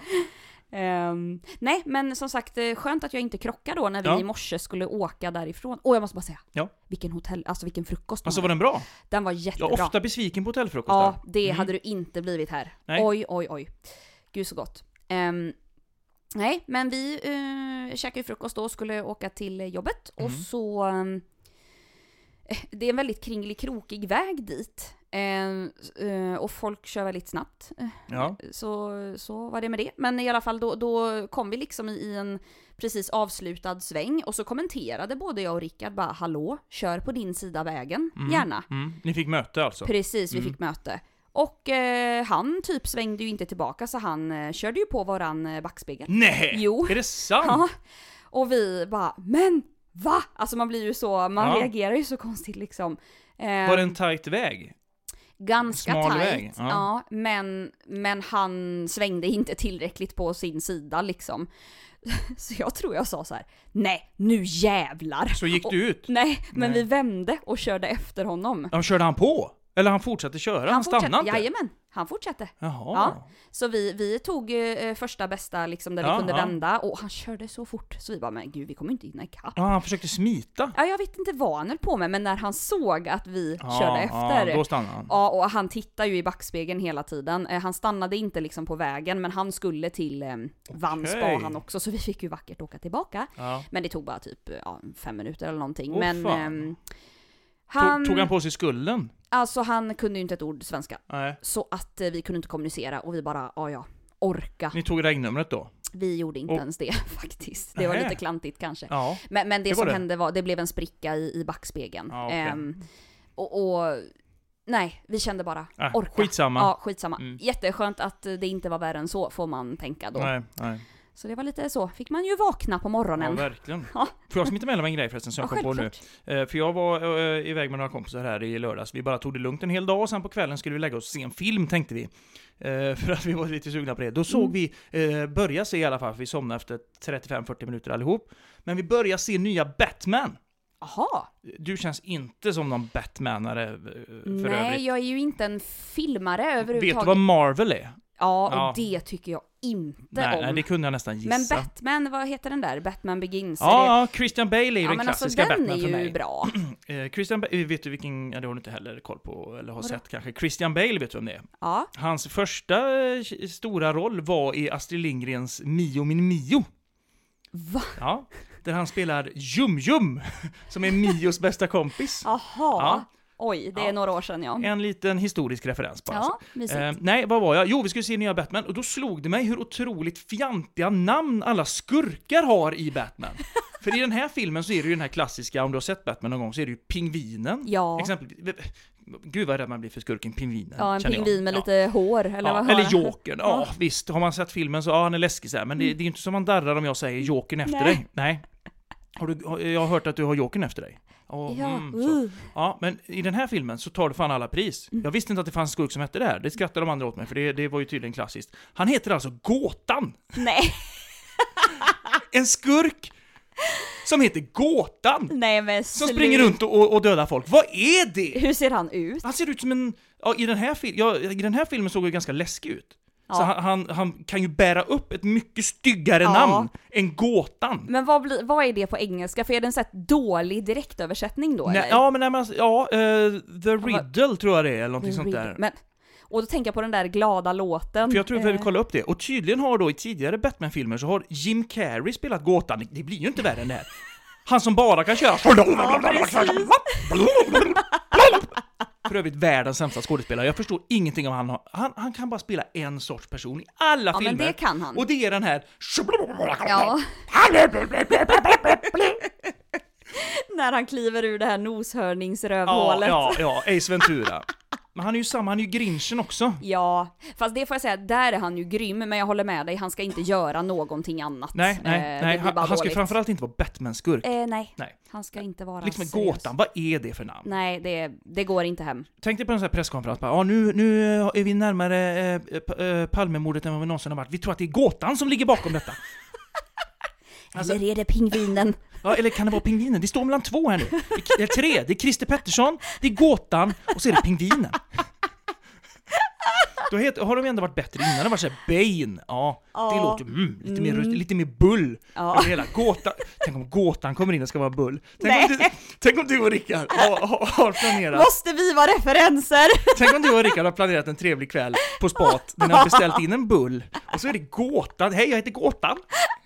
Ehm, nej, men som sagt, eh, skönt att jag inte krockade då när vi Ja. i morse skulle åka därifrån. Och jag måste bara säga, Ja. vilken hotell, alltså vilken frukost de Alltså var hade. den bra? Den var Jag jättebra. är ofta besviken på hotellfrukosten. Ja, det Mm. hade du inte blivit här. Nej. Oj, oj, oj. Gud så gott. Ehm, nej, men vi uh, käkade ju frukost då och skulle åka till jobbet. Mm. Och så... ehm, det är en väldigt kringlig-krokig väg dit. Ehm, eh, och folk kör väldigt snabbt. Ja. Så, så var det med det. Men i alla fall då, då kom vi liksom i en precis avslutad sväng. Och så kommenterade både jag och Rickard bara, hallå, kör på din sida vägen, Mm. gärna. Mm. Ni fick möte alltså? Precis, vi Mm. fick möte. Och eh, han typ svängde ju inte tillbaka, så han eh, körde ju på våran eh, backspegel. Nej! Jo. Är det sant? Ja. Och vi bara, men va? Alltså man blir ju så, man Ja. reagerar ju så konstigt liksom. Eh, Var det en tajt väg? ganska smal tajt, väg? Ja. ja. men, men han svängde inte tillräckligt på sin sida liksom. Så jag tror jag sa så här: nej, nu jävlar. Så gick du ut? Nej, men Nej. vi vände och körde efter honom. Ja, körde han på? Eller han fortsatte köra? Han, stannade fortsatte, inte? jajamän, han fortsatte. Jaha. Ja. Så vi, vi tog eh, första bästa liksom där Ja, vi kunde ja. vända, och han körde så fort så vi bara, men gud, vi kommer inte hinna ikapp. Ja, han försökte smita. Ja, jag vet inte vad han höll på med, men när han såg att vi Ja, körde efter, Ja, då stannade han. ja, och han tittar ju i backspegeln hela tiden. Eh, han stannade inte liksom på vägen, men han skulle till eh, Vanspa Okej. han också, så vi fick ju vackert åka tillbaka. Ja. Men det tog bara typ ja, fem minuter eller någonting. Åh, men fan. ehm, han, Tog, tog han på sig skulden? alltså han kunde ju inte ett ord svenska. Nej. Så att eh, vi kunde inte kommunicera, och vi bara, ja ja, orka. Ni tog regnumret då? Vi gjorde inte Och- ens det faktiskt. Det var Nähä. lite klantigt kanske. Ja. Men, men det, Det var som det. hände var, det blev en spricka i, i backspegeln. Ja, okej. Ehm, och, och nej, vi kände bara, Äh, orka. skitsamma. Ja, skitsamma. Mm. Jätteskönt att det inte var värre än så, får man tänka då. Nej, nej. Så det var lite så, fick man ju vakna på Ja, morgonen. verkligen. Ja. Får jag smita med en grej förresten som jag Ja, kom på nu? självklart. Eh, för jag var eh, iväg med några kompisar här i lördags. Vi bara tog det lugnt en hel dag och sen på kvällen skulle vi lägga oss och se en film, tänkte vi. Eh, för att vi var lite sugna på det. Då såg Mm. vi, eh, börja se i alla fall, för vi somnade efter trettiofem till fyrtio minuter allihop. Men vi började se nya Batman. Jaha. Du känns inte som någon Batmanare eh, för Nej, övrigt. jag är ju inte en filmare överhuvudtaget. Vet du vad Marvel är? Ja, och Ja. det tycker jag inte Nej, om. nej, det kunde jag nästan gissa. Men Batman, vad heter den där? Batman Begins? är Ja, det... ja, Christian Bale är ju ja den men alltså klassiska den Batman är för ju mig. bra. Eh, Christian Bale, vet du vilken, ja, det har du inte heller koll på, eller har Vadå? sett kanske. Christian Bale, vet du vem det är? Ja. Hans första eh, stora roll var i Astrid Lindgrens Mio min Mio. Va? Ja, där han spelar Jum Jum, som är Mios bästa kompis. Jaha. Ja. Oj, det är Ja. några år sedan ja. En liten historisk referens bara. Ja, mysigt. Eh, nej, vad var jag? Jo, vi skulle se nya Batman, och då slog det mig hur otroligt fjantiga namn alla skurkar har i Batman. För i den här filmen så är det ju den här klassiska, om du har sett Batman någon gång, så är det ju pingvinen. Ja. Exempelvis. Gud vad rädd man blir för skurken pingvinen. Ja, en känner jag. pingvin med Ja. lite hår, eller Ja, vad har eller han? Jokern, ja visst. Har man sett filmen så, ja han är läskig så här, men det, det är ju inte som man darrar om jag säger Jokern efter Nej. dig. Nej. Har du, har- jag har hört att du har Jokern efter dig. Ja, Ja, mm, så. uh. Ja, men i den här filmen så tar du fan alla pris. Mm. Jag visste inte att det fanns en skurk som hette det här. Det skrattade de andra åt mig, för det, det var ju tydligen klassiskt. Han heter alltså Gåtan. Nej, En skurk som heter Gåtan. nej men Som slut. springer runt och, och dödar folk. Vad är det? Hur ser han ut? Han ser ut som en... Ja, i, den här fil- ja, i den här filmen såg han ganska läskig ut. Ja. Så han, han, han kan ju bära upp ett mycket styggare Ja. namn än Gåtan. Men vad, blir, vad är det på engelska? För är det en sån här dålig direktöversättning då? Nej, eller? ja, men, nej, men alltså, ja, eh, The vad- Riddle tror jag det är, eller någonting sånt Riddle. där. Men, och då tänker jag på den där glada låten. För jag tror att vi vill Eh, kolla upp det. Och tydligen har då i tidigare Batman-filmer så har Jim Carrey spelat Gåtan. Det blir ju inte värre än det här. Han som bara kan köra... För övrigt världens sämsta skådespelare. Jag förstår ingenting om han har... Han, han kan bara spela en sorts person i alla Ja, filmer. men det kan han. Och det är den här... Ja. När han kliver ur det här noshörningsrövhålet. Ja, ja, ja, Ace Ventura. Men han är ju samma, han är ju Grinchen också. Ja, fast det får jag säga, där är han ju grym, men jag håller med dig, han ska inte göra någonting annat. Nej, nej, Eh, det nej. blir Han, bara han ska dåligt. framförallt inte vara Batman-skurk. Eh, nej. Nej. han ska inte vara Liksom med seriös. Gåtan, vad är det för namn? Nej, det, det går inte hem. Tänk dig på en sån här presskonferens, bara, ja, nu, nu är vi närmare eh, pa- eh, Palmemordet än vad vi någonsin har varit. Vi tror att det är Gåtan som ligger bakom detta. Alltså- Eller är det pingvinen? Ja, eller kan det vara pingvinen? Det står mellan två här nu. Det är tre. Det är Christer Pettersson, det är gåtan och så är det pingvinen. Då heter, har de ändå varit bättre innan. Det var så här Bane. Ja, Ja. det låter mm, lite, mer, Mm. lite mer bull. Ja. Över hela gåtan. Tänk om gåtan kommer in och ska vara bull. Tänk, Nej. om du, tänk om du och Rickard har, har, har planerat. Måste vi vara referenser? Tänk om du och Rickard har planerat en trevlig kväll på spat. Där ni har beställt in en bull. Och så är det gåtan. Hej, jag heter gåtan.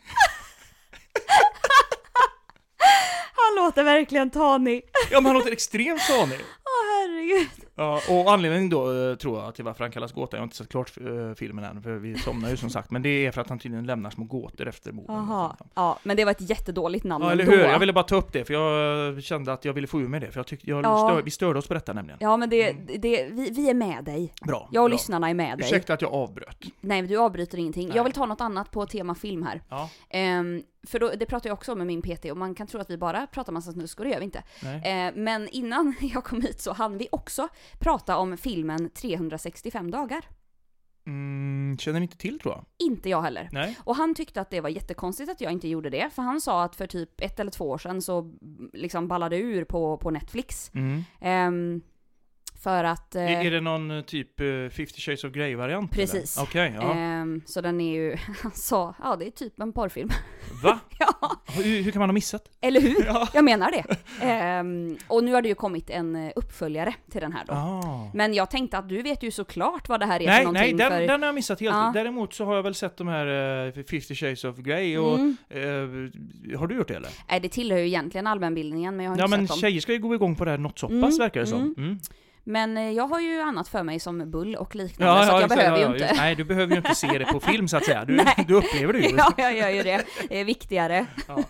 Han låter verkligen tanig. Ja, men han låter extremt tanig. Åh herregud. Ja, och anledningen då eh, tror jag till varför han kallas gåta. Jag har inte sett klart eh, filmen än, för vi somnar ju som sagt. Men det är för att han tydligen lämnar små gåtor efter morden. Jaha. Ja, men det var ett jättedåligt namn Ja, eller ändå. hur? Jag ville bara ta upp det, för jag kände att jag ville få ur med det. För jag tyckte, jag Ja. stör, vi störde oss på detta nämligen. Ja, men det, det, vi, vi är med dig. Bra. Jag och bra. lyssnarna är med dig. Ursäkta att jag avbröt. Nej, du avbryter ingenting. Nej. Jag vill ta något annat på tema film här. Ja, Ehm, för då, det pratar jag också om med min P T och man kan tro att vi bara pratar massa snusk och det gör vi inte. nej. Ehm, men innan jag kom hit så hann vi också prata om filmen trehundrasextiofem dagar. Mm, känner inte till tror jag. Inte jag heller. Nej. Och han tyckte att det var jättekonstigt att jag inte gjorde det. För han sa att för typ ett eller två år sedan så liksom ballade ur på, på Netflix. Mm. Ehm, för att... eh, Är, är det någon eh, typ uh, Fifty Shades of Grey-variant? Precis. Okej, ja. ehm, så den är ju... Han sa, ja det är typ en porrfilm. Va? Ja, Hur, hur kan man ha missat? eller hur? Ja. Jag menar det. Ehm, och nu har det ju kommit en eh, uppföljare till den här då. Ah. Men jag tänkte att du vet ju såklart vad det här är för Nej, någonting. nej, den, för... den har jag missat helt. Ja. Däremot så har jag väl sett de här uh, Fifty Shades of Grey och... Mm. eh, har du gjort det eller? Nej, det tillhör ju egentligen allmänbildningen, men jag har Ja, inte men sett dem. tjejer ska ju gå igång på det här något så pass, Mm, verkar det som. mm. Mm. Men eh, jag har ju annat för mig som bull och liknande, så att jag exakt, behöver ja, ju ja, inte. just- Nej, du behöver ju inte se det på film så att säga. Du, Nej. du upplever det ju. Ja, jag gör ju det. Det är viktigare. Ja.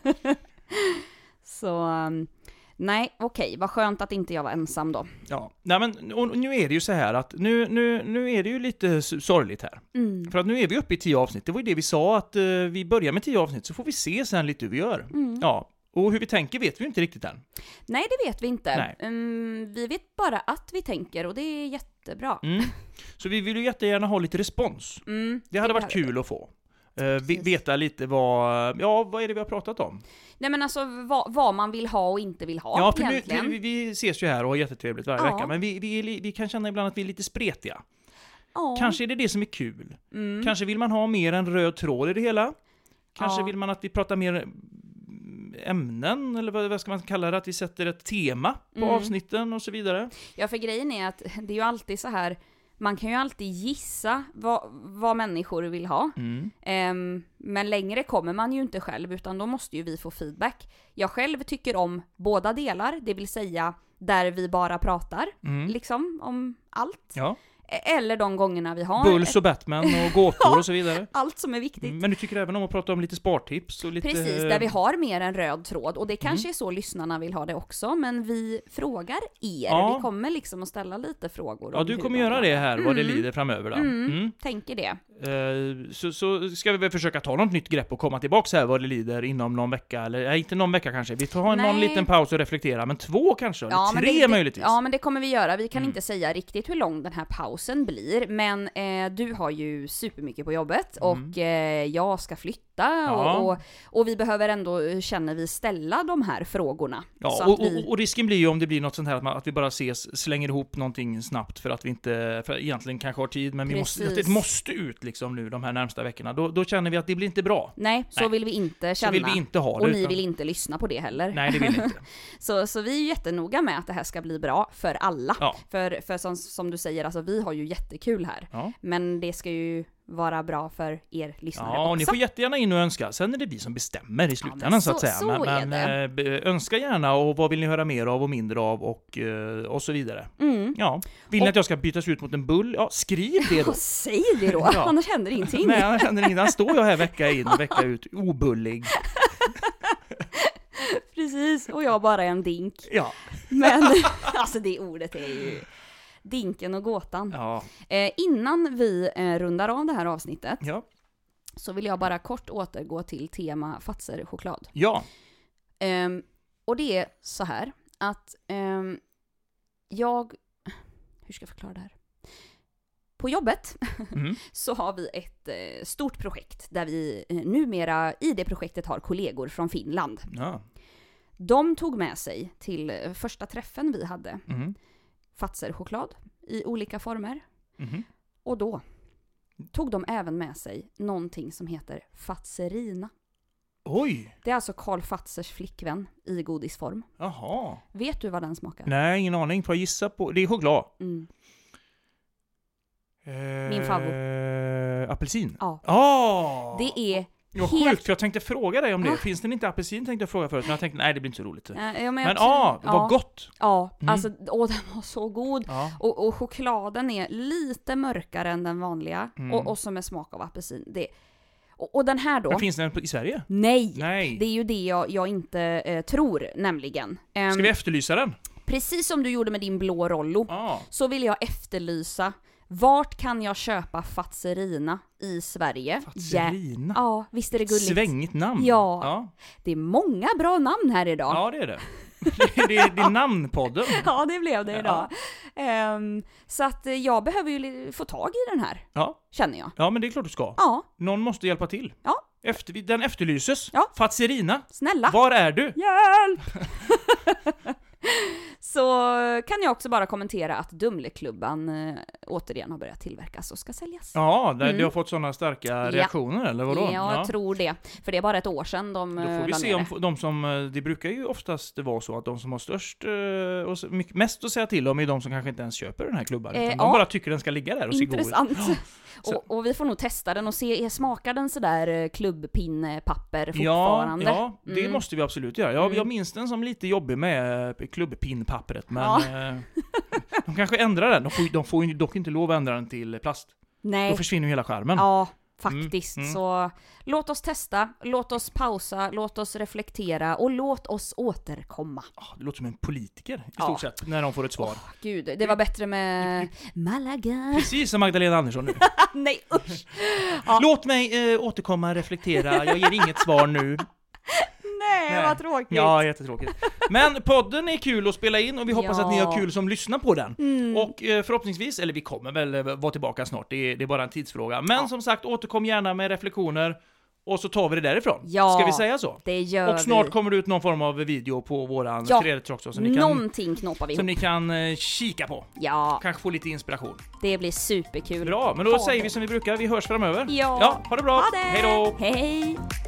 Så, um, nej, okej. Vad skönt att inte jag var ensam då. Ja. Nej, men och nu är det ju så här att nu, nu, nu är det ju lite s- sorgligt här. Mm. För att nu är vi uppe i tio avsnitt. Det var ju det vi sa, att eh, vi börjar med tio avsnitt så får vi se sen lite hur vi gör. Mm. Ja. Och hur vi tänker vet vi inte riktigt än. Nej, det vet vi inte. Nej. Um, vi vet bara att vi tänker och det är jättebra. Mm. Så vi vill ju jättegärna ha lite respons. Mm, Det hade det varit behöver kul att få. Eh, vi, Precis. veta lite vad, ja, vad är det vi har pratat om? Nej, men alltså vad, vad man vill ha och inte vill ha Ja, för nu, egentligen. vi, vi ses ju här och har jättetrevligt varje Ja. vecka, men vi, vi, är li- vi kan känna ibland att vi är lite spretiga. Ja. Kanske är det det som är kul. Mm. Kanske vill man ha mer en röd tråd i det hela. Kanske Ja. vill man att vi pratar mer ämnen, eller vad, vad ska man kalla det, att vi sätter ett tema på Mm. avsnitten och så vidare. Ja, för grejen är att det är ju alltid så här, man kan ju alltid gissa vad, vad människor vill ha. Mm. Ehm, men längre kommer man ju inte själv, utan då måste ju vi få feedback. Jag själv tycker om båda delar, det vill säga där vi bara pratar, Mm. liksom om allt. Ja. Eller de gångerna vi har Bulls och Batman och gåtor och så vidare. allt som är viktigt. Mm, men du tycker även om att prata om lite spartips och lite... Precis, där vi har mer en röd tråd. Och det kanske är så lyssnarna vill ha det också, men vi frågar er. Ja. Vi kommer liksom att ställa lite frågor. Ja, om du hur kommer man göra det här vad det Mm. lider framöver då. Mm. Mm. Tänker det. Eh, så, så ska vi väl försöka ta något nytt grepp och komma tillbaka här vad det lider inom någon vecka, eller nej, inte någon vecka kanske. Vi tar ha någon Nej. liten paus och reflektera, men två kanske, eller men tre det, möjligtvis. Ja, men det kommer vi göra. Vi kan Mm. inte säga riktigt hur lång den här pausen blir, men eh, du har ju supermycket på jobbet Mm. och eh, jag ska flytta Ja. och, och, och vi behöver ändå, känner vi, ställa de här frågorna. Ja, så och, att vi... och, och risken blir ju om det blir något sånt här att, man, att vi bara ses, slänger ihop någonting snabbt för att vi inte, för egentligen kanske har tid, men vi måste, Precis. det måste ut liksom nu de här närmsta veckorna. Då, då känner vi att det blir inte bra. Nej, så Nej. vill vi inte Så känna. vill vi inte ha det. och ni utan- vill inte lyssna på det heller. Nej, det vill vi inte. Så, så vi är ju jättenoga med att det här ska bli bra för alla. Ja. För, för som, som du säger, alltså vi har ju jättekul här. Ja. Men det ska ju vara bra för er lyssnare Ja, och också. ni får jättegärna in och önska. Sen är det vi som bestämmer i slutändan men så, att så- säga. så men är men eh, be- önska gärna, och vad vill ni höra mer av och mindre av och, eh, och så vidare. Mm. Ja. Vill ni Och- att jag ska bytas ut mot en bull? Ja, skriv det då. Och säg det då, Ja. annars händer ingenting. Nej, jag känner inget. Han står jag här vecka in och vecka ut, obullig. Precis, och jag bara är en dink. Ja. Men alltså det ordet är ju dinken och gåtan. Ja. Eh, innan vi eh, rundar av det här avsnittet Ja. så vill jag bara kort återgå till tema Fazer choklad. Ja. Ehm, och det är så här att ehm, jag, hur ska jag förklara det här? på jobbet Mm. så har vi ett eh, stort projekt där vi eh, numera i det projektet har kollegor från Finland. Ja. De tog med sig till eh, första träffen vi hade Mm. Fazer-choklad i olika former. Mm. Och då tog de även med sig någonting som heter Fazerina. Oj! Det är alltså Karl Fazers flickvän i godisform. Jaha. Vet du vad den smakar? Nej, ingen aning. Får jag gissa på? Det är choklad. Mm. Eh, Min favvo. Apelsin. Ja. Ah! Det är Vad helt... sjukt, för jag tänkte fråga dig om det. Ah. Finns det inte apelsin, tänkte jag fråga förut. Men jag tänkte, nej det blir inte så roligt. Ja, ja, men Men jag ja, ah, tror- det var gott. Ja, Mm. alltså åh, den var så god. Ja. Och, och chokladen är lite mörkare än den vanliga. Mm. Och, och som med smak av apelsin. Det, och, och den här då? Men finns den på- i Sverige? Nej! Nej. Det är ju det jag, jag inte eh, tror, nämligen. Ehm, Ska vi efterlysa den? Precis som du gjorde med din blå Rollo, Ja. så vill jag efterlysa vart kan jag köpa Fazerina i Sverige? Fazerina. Ja, ja, visst är det gulligt? Svängigt namn. Ja. Ja, Det är många bra namn här idag. ja det är det. det, är, det, är, det är namnpodden. Ja, det blev det idag. Ehm, så att eh, jag behöver ju li- få tag i den här, Ja. känner jag. ja, men det är klart du ska. Ja, Någon måste hjälpa till. Ja. Efter, den efterlyses. Ja. Fazerina, snälla. var är du? Hjälp! Så kan jag också bara kommentera att Dumleklubban eh, återigen har börjat tillverkas och ska säljas. Ja, det, Mm. det har fått sådana starka reaktioner, eller vadå? Ja, jag tror det. För det är bara ett år sedan de Då eh, får vi la se ner om det. de som, eh, det brukar ju oftast vara så att de som har störst eh, och s- mycket, mest att säga till om är de som kanske inte ens köper den här klubban, Eh, utan ja. de bara tycker den ska ligga där och se god ut. Intressant. Så- Och, och vi får nog testa den och se, smakar den sådär eh, klubbpinnepapper Ja, fortfarande? ja, det Mm. måste vi absolut göra. Jag, Mm. jag minns den som lite jobbig med eh, klubbpinnpappret, men Ja. eh, de kanske ändrar den. De får, ju- de får ju dock inte lov att ändra den till plast. Nej. Då försvinner ju hela skärmen. Ja, faktiskt. Mm, mm. Så låt oss testa, låt oss pausa, låt oss reflektera och låt oss återkomma. Ah, det låter som en politiker i Ja. stort sett, när de får ett svar. Gud, det var bättre med Malaga. Precis som Magdalena Andersson nu. Nej, usch! Ja. Låt mig eh, återkomma, reflektera, jag ger inget svar nu. Nej, Nej. vad tråkigt. Ja, jättetråkigt. Men podden är kul att spela in och vi hoppas Ja. att ni har kul som lyssnar på den. Mm. Och eh, förhoppningsvis, eller vi kommer väl eh, vara tillbaka snart, det är, det är bara en tidsfråga. Men Ja. som sagt, återkom gärna med reflektioner och så tar vi det därifrån. Ja. Ska vi säga så? Det gör Och snart vi. kommer det ut någon form av video på våran Ja. tre D också, så ni kan, Någonting knoppar vi som ihop. ni kan eh, kika på. Ja, Kanske få lite inspiration. det blir superkul. Bra, men då Ha säger det. vi som vi brukar, vi hörs framöver. Ja. Ja, ha det bra. Ha det! Hej då! Hej!